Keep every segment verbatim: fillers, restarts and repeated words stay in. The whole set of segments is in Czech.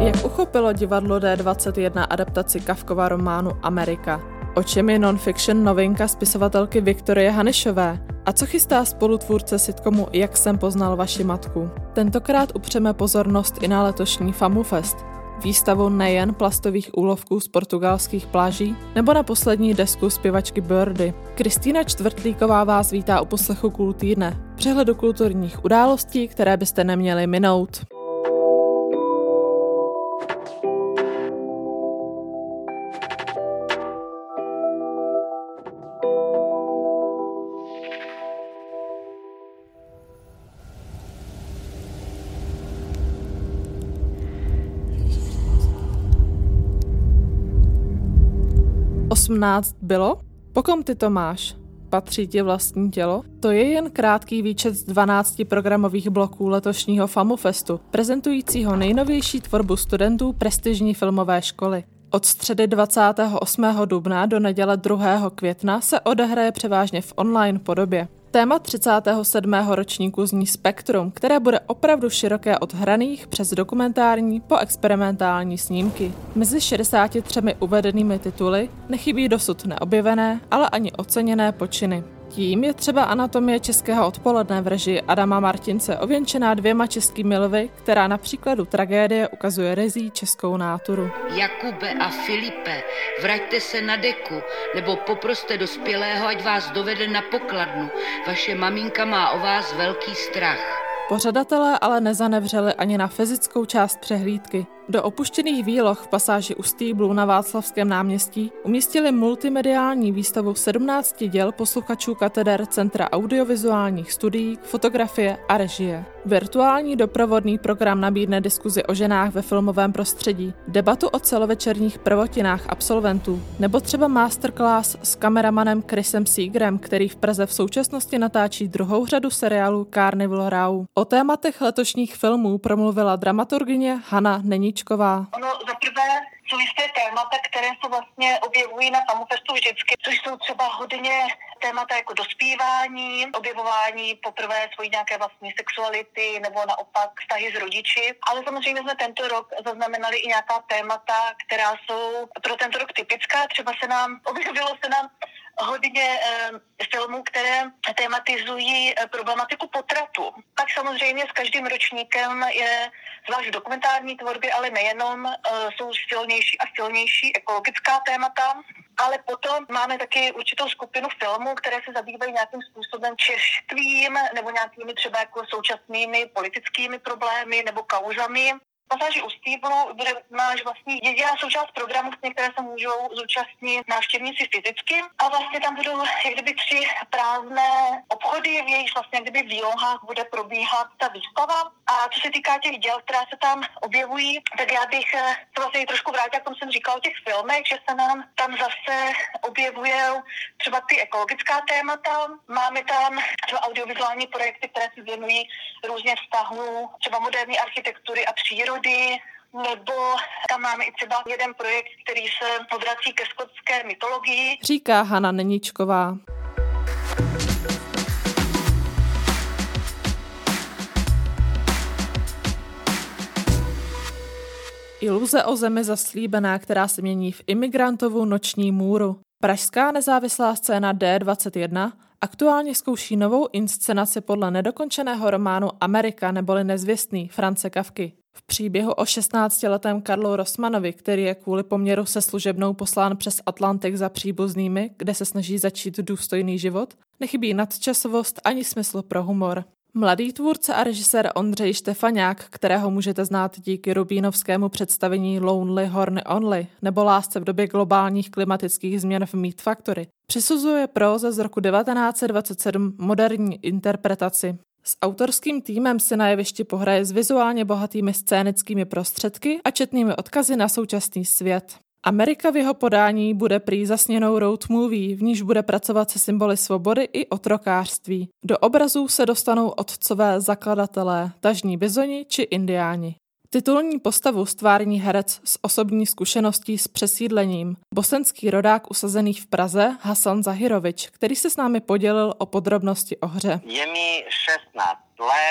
Jak uchopilo divadlo D dvacet jedna adaptaci Kafkova románu Amerika? O čem je non-fiction novinka spisovatelky Viktorie Hanyšové? A co chystá spolutvůrce sitcomu Jak jsem poznal vaši matku? Tentokrát upřeme pozornost i na letošní FamuFest, výstavu nejen plastových úlovků z portugalských pláží, nebo na poslední desku zpěvačky Birdy. Kristýna Čtvrtlíková vás vítá u poslechu Kul týdne, přehledu kulturních událostí, které byste neměli minout. osmnáct bylo? Po kom ty to máš? Patří ti vlastní tělo? To je jen krátký výčet z dvanácti programových bloků letošního FamuFestu, prezentujícího nejnovější tvorbu studentů prestižní filmové školy. Od středy dvacátého osmého dubna do neděle druhého května se odehraje převážně v online podobě. Téma třicátého sedmého ročníku zní Spektrum, které bude opravdu široké od hraných přes dokumentární po experimentální snímky. Mezi šedesáti třemi uvedenými tituly nechybí dosud neobjevené, ale ani oceněné počiny. Tím je třeba Anatomie českého odpoledne v režii Adama Martince ověnčená dvěma českými lvy, která na příkladu tragédie ukazuje ryzí českou náturu. Jakube a Filipe, vraťte se na deku, nebo poproste dospělého, ať vás dovede na pokladnu. Vaše maminka má o vás velký strach. Pořadatelé ale nezanevřeli ani na fyzickou část přehlídky. Do opuštěných výloh v pasáži u Stýblů na Václavském náměstí umístili multimediální výstavu sedmnácti děl posluchačů kateder Centra audiovizuálních studií, fotografie a režie. Virtuální doprovodný program nabídne diskuzi o ženách ve filmovém prostředí, debatu o celovečerních prvotinách absolventů, nebo třeba masterclass s kameramanem Chrisem Seegerem, který v Praze v současnosti natáčí druhou řadu seriálu Carnival Row. O tématech letošních filmů promluvila dramaturgyně Hana Neníčková. Ono za prvé jsou jisté témata, které se vlastně objevují na FamuFestu vždycky, což jsou třeba hodně témata jako dospívání, objevování poprvé svojí nějaké vlastní sexuality nebo naopak vztahy s rodiči. Ale samozřejmě jsme tento rok zaznamenali i nějaká témata, která jsou pro tento rok typická. Třeba se nám objevilo se nám hodně eh, filmů, které tematizují eh, problematiku potratu. Tak samozřejmě s každým ročníkem je zvlášť v dokumentární tvorbě, ale nejenom, eh, jsou silnější a silnější ekologická témata. Ale potom máme taky určitou skupinu filmů, které se zabývají nějakým způsobem češstvím nebo nějakými třeba jako současnými politickými problémy nebo kauzami. V pasáži u Stýblu bude náš vlastní jediná součást programu, které se můžou zúčastnit návštěvníci fyzicky. A vlastně tam budou jak kdyby tři prázdné obchody, v jejich vlastně jak kdyby výlohách bude probíhat ta výstava. A co se týká těch děl, která se tam objevují, tak já bych se vlastně trošku vrátila, jak jsem říkala o těch filmech, že se nám tam zase objevují třeba ty ekologická témata. Máme tam třeba audiovizuální projekty, které se věnují různě vztahů třeba moderní architektury a přírody. Nebo tam máme i třeba jeden projekt, který se odvrací ke skotské mytologii. Říká Hana Neníčková. Iluze o zemi zaslíbená, která se mění v imigrantovu noční můru. Pražská nezávislá scéna D dvacet jedna aktuálně zkouší novou inscenaci podle nedokončeného románu Amerika neboli Nezvěstný France Kafky. V příběhu o šestnáctiletém Karlu Rossmanovi, který je kvůli poměru se služebnou poslán přes Atlantik za příbuznými, kde se snaží začít důstojný život, nechybí nadčasovost ani smysl pro humor. Mladý tvůrce a režisér Ondřej Štefaňák, kterého můžete znát díky rubínovskému představení Lonely Horny Only nebo Lásce v době globálních klimatických změn v Meat Factory, přisuzuje próze z roku devatenáct set dvacet sedm moderní interpretaci. S autorským týmem si na jevišti pohraje s vizuálně bohatými scénickými prostředky a četnými odkazy na současný svět. Amerika v jeho podání bude prý zasněnou road movie, v níž bude pracovat se symboly svobody i otrokářství. Do obrazů se dostanou otcové zakladatelé, tažní bizoni či indiáni. Titulní postavu stvární herec s osobní zkušeností s přesídlením, bosenský rodák usazený v Praze Hasan Zahirovič, který se s námi podělil o podrobnosti o hře. Je mi šestnáct let,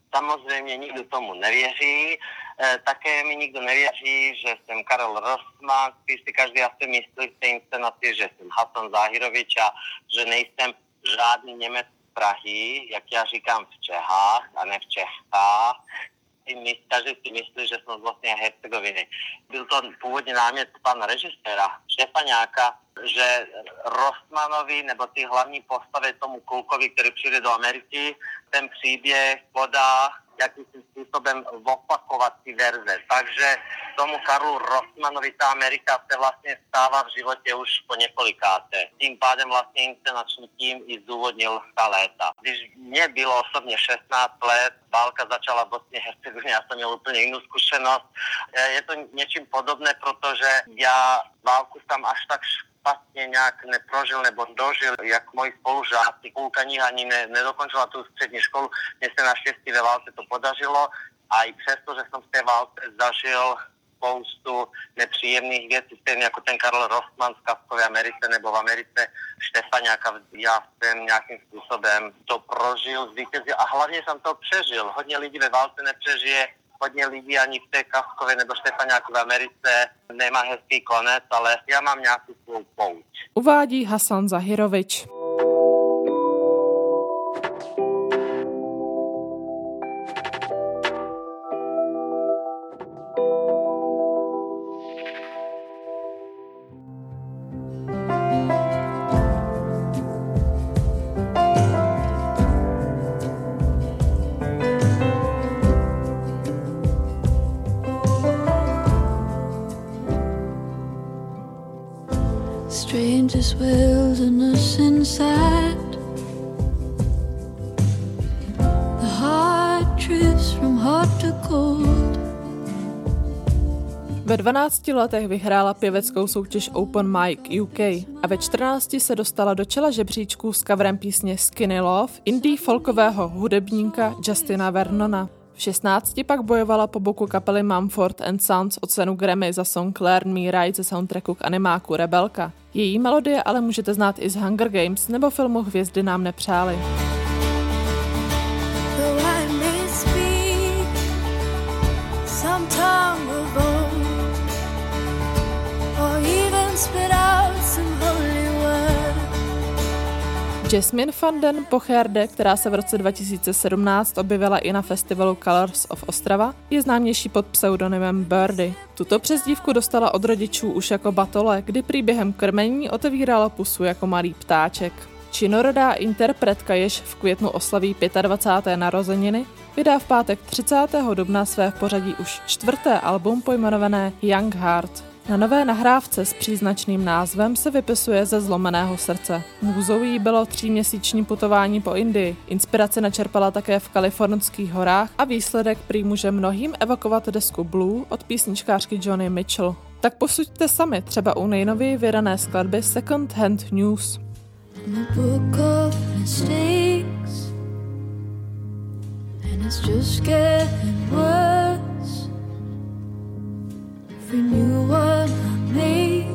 Samozřejmě nikdo tomu nevěří. E, také mi nikdo nevěří, že jsem Karel Rossmann. Spíš si každý asi myslí v té inscenaci, že jsem Hasan Zahirovič a že nejsem žádný Němec z Prahy, jak já říkám v Čechách a ne v Čechách. Každý si myslí, že jsem z Bosny a Hercegoviny. Byl to původně námět pana režiséra Štefaňáka, že Rossmannovi nebo ty hlavní postavy tomu Kulkovi, který přijde do Ameriky, ten příběh podá jakým způsobem opakovací verze. Takže tomu Karlu Rossmannovi ta Amerika se vlastně stává v životě už po několikáté. Tím pádem vlastně inscenační tým i zdůvodnil ta léta. Když mě bylo osobně šestnáct let, válka začala v Bosně a Hercegovině, já jsem měl úplně jinou zkušenost. Je to něčím podobné, protože já válku tam až tak špatně nějak neprožil nebo dožil, jak moji spolužáci. Půlka nich ani ne, nedokončila tu střední školu. Mně se naštěstí ve válce to podařilo a i přesto, že jsem v té válce zažil spoustu nepříjemných věcí, stejně jako ten Karel Rossmann v Kafkově Americe nebo v Americe Štefaňáka. Já jsem nějakým způsobem to prožil, zvítězil a hlavně jsem to přežil. Hodně lidí ve válce nepřežije, hodně lidí ani v té Kafkově nebo Štefaňáku v Americe nemá hezký konec, ale já mám nějakou svou pouť. Uvádí Hasan Zahirovič. Strangest wilderness inside. The heart drifts from hot to cold. Ve dvanácti letech vyhrála pěveckou soutěž Open Mic U K a ve čtrnácti se dostala do čela žebříčků s coverem písně Skinny Love indie folkového hudebníka Justina Vernona. V šestnácti pak bojovala po boku kapely Mumford and Sons o cenu Grammy za song Learn Me Right ze soundtracku k animáku Rebelka. Její melodie ale můžete znát i z Hunger Games nebo filmu Hvězdy nám nepřáli. Jasmine van den Pocherde, která se v roce dva tisíce sedmnáct objevila i na festivalu Colors of Ostrava, je známější pod pseudonymem Birdie. Tuto přezdívku dostala od rodičů už jako batole, kdy prý během krmení otevírala pusu jako malý ptáček. Činorodá interpretka, jež v květnu oslaví dvacáté páté narozeniny, vydá v pátek třicátého dubna své v pořadí už čtvrté album pojmenované Young Heart. Na nové nahrávce s příznačným názvem se vypisuje ze zlomeného srdce. Můzou jí bylo tříměsíční putování po Indii. Inspiraci načerpala také v kalifornských horách a výsledek prý může mnohým evokovat desku Blue od písničkářky Joni Mitchell. Tak posuďte sami třeba u nejnověji vydané skladby Second Hand News. Every new one I make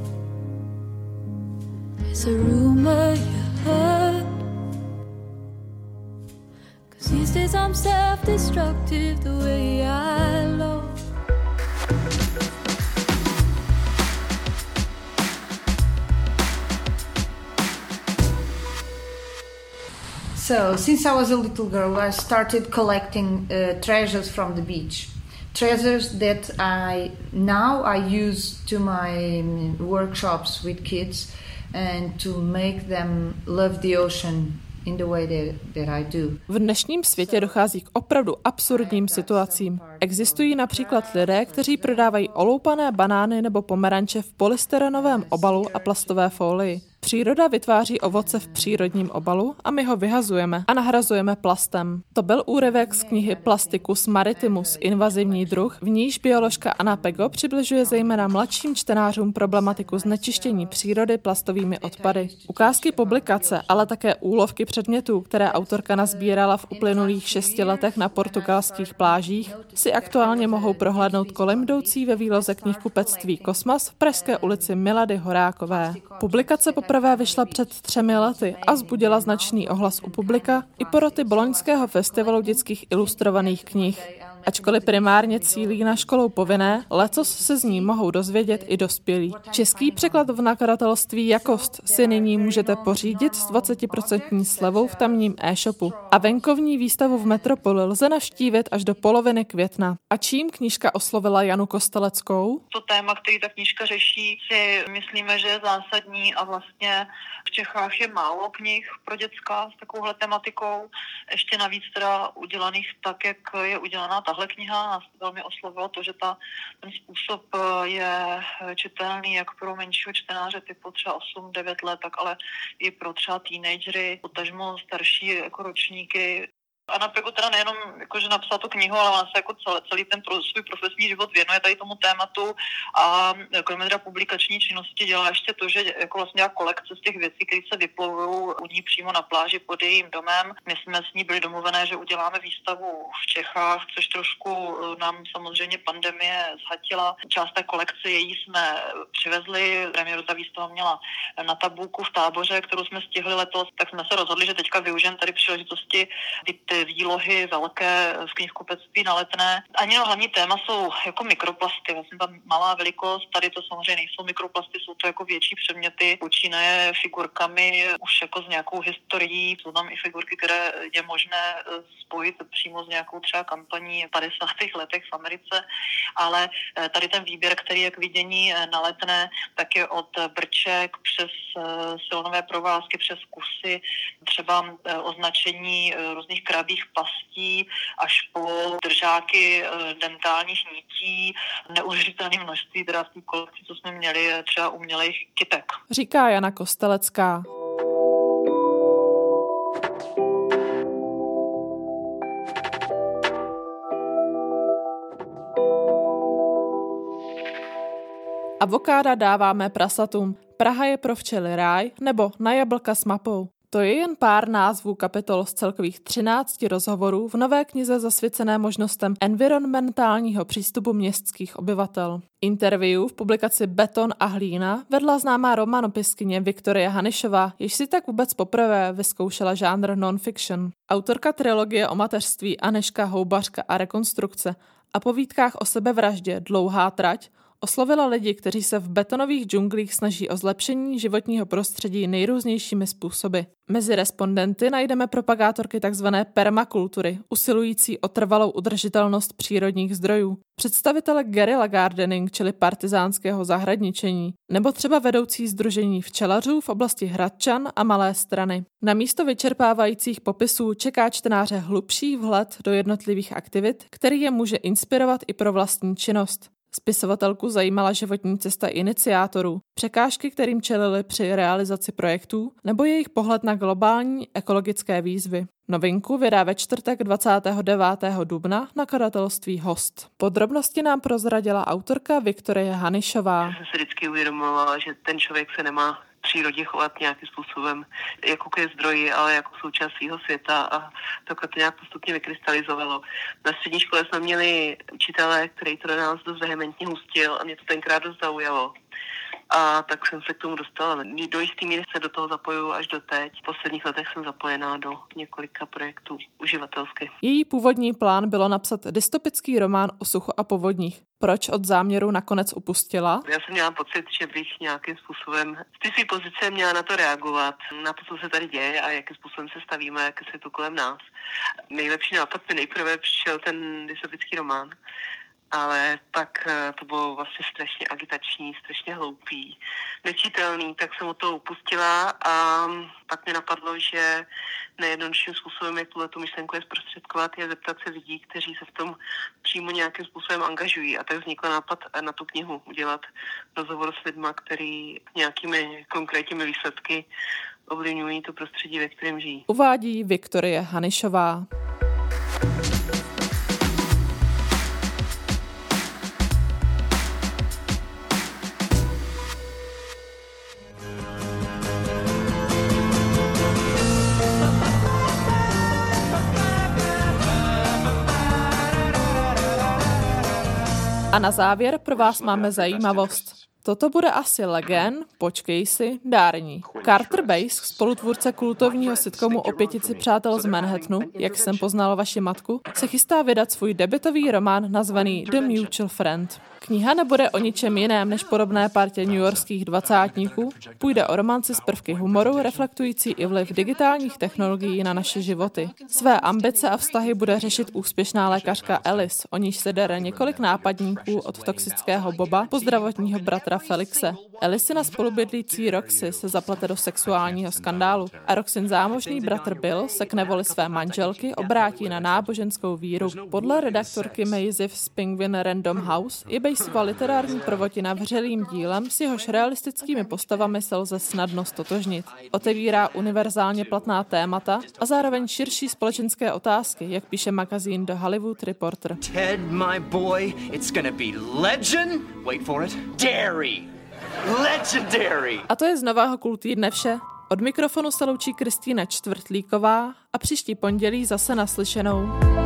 is a rumor you heard. 'Cause these days I'm self-destructive the way I love. So, since I was a little girl, I started collecting uh, treasures from the beach. Treasures that I now I use to my workshops with kids and to make them love the ocean in the way that, that I do. V dnešním světě dochází k opravdu absurdním situacím. Existují například lidé, kteří prodávají oloupané banány nebo pomeranče v polystyrenovém obalu a plastové folii. Příroda vytváří ovoce v přírodním obalu a my ho vyhazujeme a nahrazujeme plastem. To byl úryvek z knihy Plasticus maritimus, invazivní druh, v níž bioložka Anna Pego přibližuje zejména mladším čtenářům problematiku znečištění přírody plastovými odpady. Ukázky publikace, ale také úlovky předmětů, které autorka nazbírala v uplynulých šesti letech na portugalských plážích, si aktuálně mohou prohlédnout kolem jdoucí ve výloze knihkupectví Kosmas v pražské ulici Milady Horákové. Publikace poprvé poprvé vyšla před třemi lety a vzbudila značný ohlas u publika i poroty Boloňského festivalu dětských ilustrovaných knih. Ačkoliv primárně cílí na školou povinné, letos se z ní mohou dozvědět i dospělí. Český překlad v nakladatelství Jakost si nyní můžete pořídit s dvacetiprocentní slevou v tamním e-shopu. A venkovní výstavu v Metropoli lze navštívit až do poloviny května. A čím knížka oslovila Janu Kosteleckou? To téma, který ta knížka řeší, si myslíme, že je zásadní a vlastně v Čechách je málo knih pro děcka s takovouhle tematikou. Ještě navíc teda udělaných tak, jak je udělaná tahle kniha. Nás velmi oslovilo to, že ta, ten způsob je čitelný jak pro menšího čtenáře typu třeba osm devět let, tak ale i pro třeba teenagery, potažmo starší jako ročníky. Anna Pigo teda nejenom jako, že napsala tu knihu, ale ona se jako celý, celý ten pro, svůj profesní život věnuje tady tomu tématu a kromě teda publikační činnosti dělá ještě to, že jako vlastně dělá kolekce z těch věcí, které se vyplovují u ní přímo na pláži pod jejím domem. My jsme s ní byli domluvené, že uděláme výstavu v Čechách, což trošku nám samozřejmě pandemie zhatila. Část té kolekce její jsme přivezli, premiéru ta výstava měla na Tabulku v Táboře, kterou jsme stihli letos, tak jsme se rozhodli, že teďka využijeme tady příležitosti ty výlohy velké v knihkupectví na Letné. Ani no, hlavní téma jsou jako mikroplasty, vlastně ta malá velikost, tady to samozřejmě nejsou mikroplasty, jsou to jako větší předměty, počínaje figurkami už jako s nějakou historií, jsou tam i figurky, které je možné spojit přímo s nějakou třeba kampaní v padesátých letech v Americe, ale tady ten výběr, který je k vidění na Letné, tak je od brček přes silonové provázky, přes kusy, třeba označení různých krabí pastí až po držáky dentálních nití, neuvěřitelné množství teda v té kolekci, co jsme měli, třeba umělých kytek. Říká Jana Kostelecká. Avokáda dáváme prasatům. Praha je pro včely ráj nebo na jablka s mapou. To je jen pár názvů kapitol z celkových třinácti rozhovorů v nové knize zasvěcené možnostem environmentálního přístupu městských obyvatel. Interview v publikaci Beton a hlína vedla známá romanopiskyně Viktorie Hanišová, jež si tak vůbec poprvé vyzkoušela žánr non-fiction. Autorka trilogie o mateřství Anežka, houbařka a rekonstrukce a povídkách o sebevraždě Dlouhá trať oslovila lidi, kteří se v betonových džunglích snaží o zlepšení životního prostředí nejrůznějšími způsoby. Mezi respondenty najdeme propagátorky tzv. Permakultury, usilující o trvalou udržitelnost přírodních zdrojů, představitele guerilla gardening, čili partizánského zahradničení, nebo třeba vedoucí sdružení včelařů v oblasti Hradčan a Malé Strany. Na místo vyčerpávajících popisů čeká čtenáře hlubší vhled do jednotlivých aktivit, který je může inspirovat i pro vlastní činnost. Spisovatelku zajímala životní cesta iniciátorů, překážky, kterým čelili při realizaci projektů, nebo jejich pohled na globální ekologické výzvy. Novinku vydá ve čtvrtek dvacátého devátého dubna nakladatelství Host. Podrobnosti nám prozradila autorka Viktorie Hanišová. Já jsem se vždycky uvědomovala, že ten člověk se nemá v přírodě chovat nějakým způsobem jako ke zdroji, ale jako součást svého světa a takhle to nějak postupně vykrystalizovalo. Na střední škole jsme měli učitele, který to do nás dost vehementně hustil a mě to tenkrát dost zaujalo. A tak jsem se k tomu dostala. Do jistý míry se do toho zapojuju až do teď. V posledních letech jsem zapojená do několika projektů uživatelsky. Její původní plán bylo napsat dystopický román o suchu a povodních. Proč od záměru nakonec upustila? Já jsem měla pocit, že bych nějakým způsobem z té své pozice měla na to reagovat, na to, co se tady děje a jakým způsobem se stavíme ke světu kolem nás. Nejlepší nápad mi nejprve přišel ten dystopický román. Ale pak to bylo vlastně strašně agitační, strašně hloupý, nečitelný, tak jsem o to upustila a pak mi napadlo, že nejjednodušším způsobem, jak tuhletu myšlenku je zprostředkovat, je zeptat se lidí, kteří se v tom přímo nějakým způsobem angažují. A tak vznikl nápad na tu knihu udělat rozhovor s lidma, který nějakými konkrétními výsledky ovlivňují to prostředí, ve kterém žijí. Uvádí Viktorie Hanišová. A na závěr pro vás máme zajímavost. Toto bude asi Legend, počkej si, dární. Carter Bass, spolutvůrce kultovního sitcomu o pětici přátel z Manhattanu, Jak jsem poznal vaši matku, se chystá vydat svůj debutový román nazvaný The Mutual Friend. Kniha nebude o ničem jiném než podobné partě newyorských dvacátníků. Půjde o romanci s prvky humoru, reflektující i vliv digitálních technologií na naše životy. Své ambice a vztahy bude řešit úspěšná lékařka Alice, o níž se dere několik nápadníků od toxického Boba po zdravotního bratra Felixe. Alicina spolubydlící Roxy se zaplete do sexuálního skandálu a Roxyn zámožný bratr Bill se k nevoli své manželky obrátí na náboženskou víru. Podle redaktorky Maisiv z Penguin Random House je Bassova literární prvotina vřelým dílem, s jehož realistickými postavami se lze snadno stotožnit. Otevírá univerzálně platná témata a zároveň širší společenské otázky, jak píše magazín The Hollywood Reporter. Ted, my boy, it's gonna be legend. Wait for it. Dairy. Legendary. A to je z nového Kultýdne vše. Od mikrofonu se loučí Kristýna Čtvrtlíková a příští pondělí zase naslyšenou.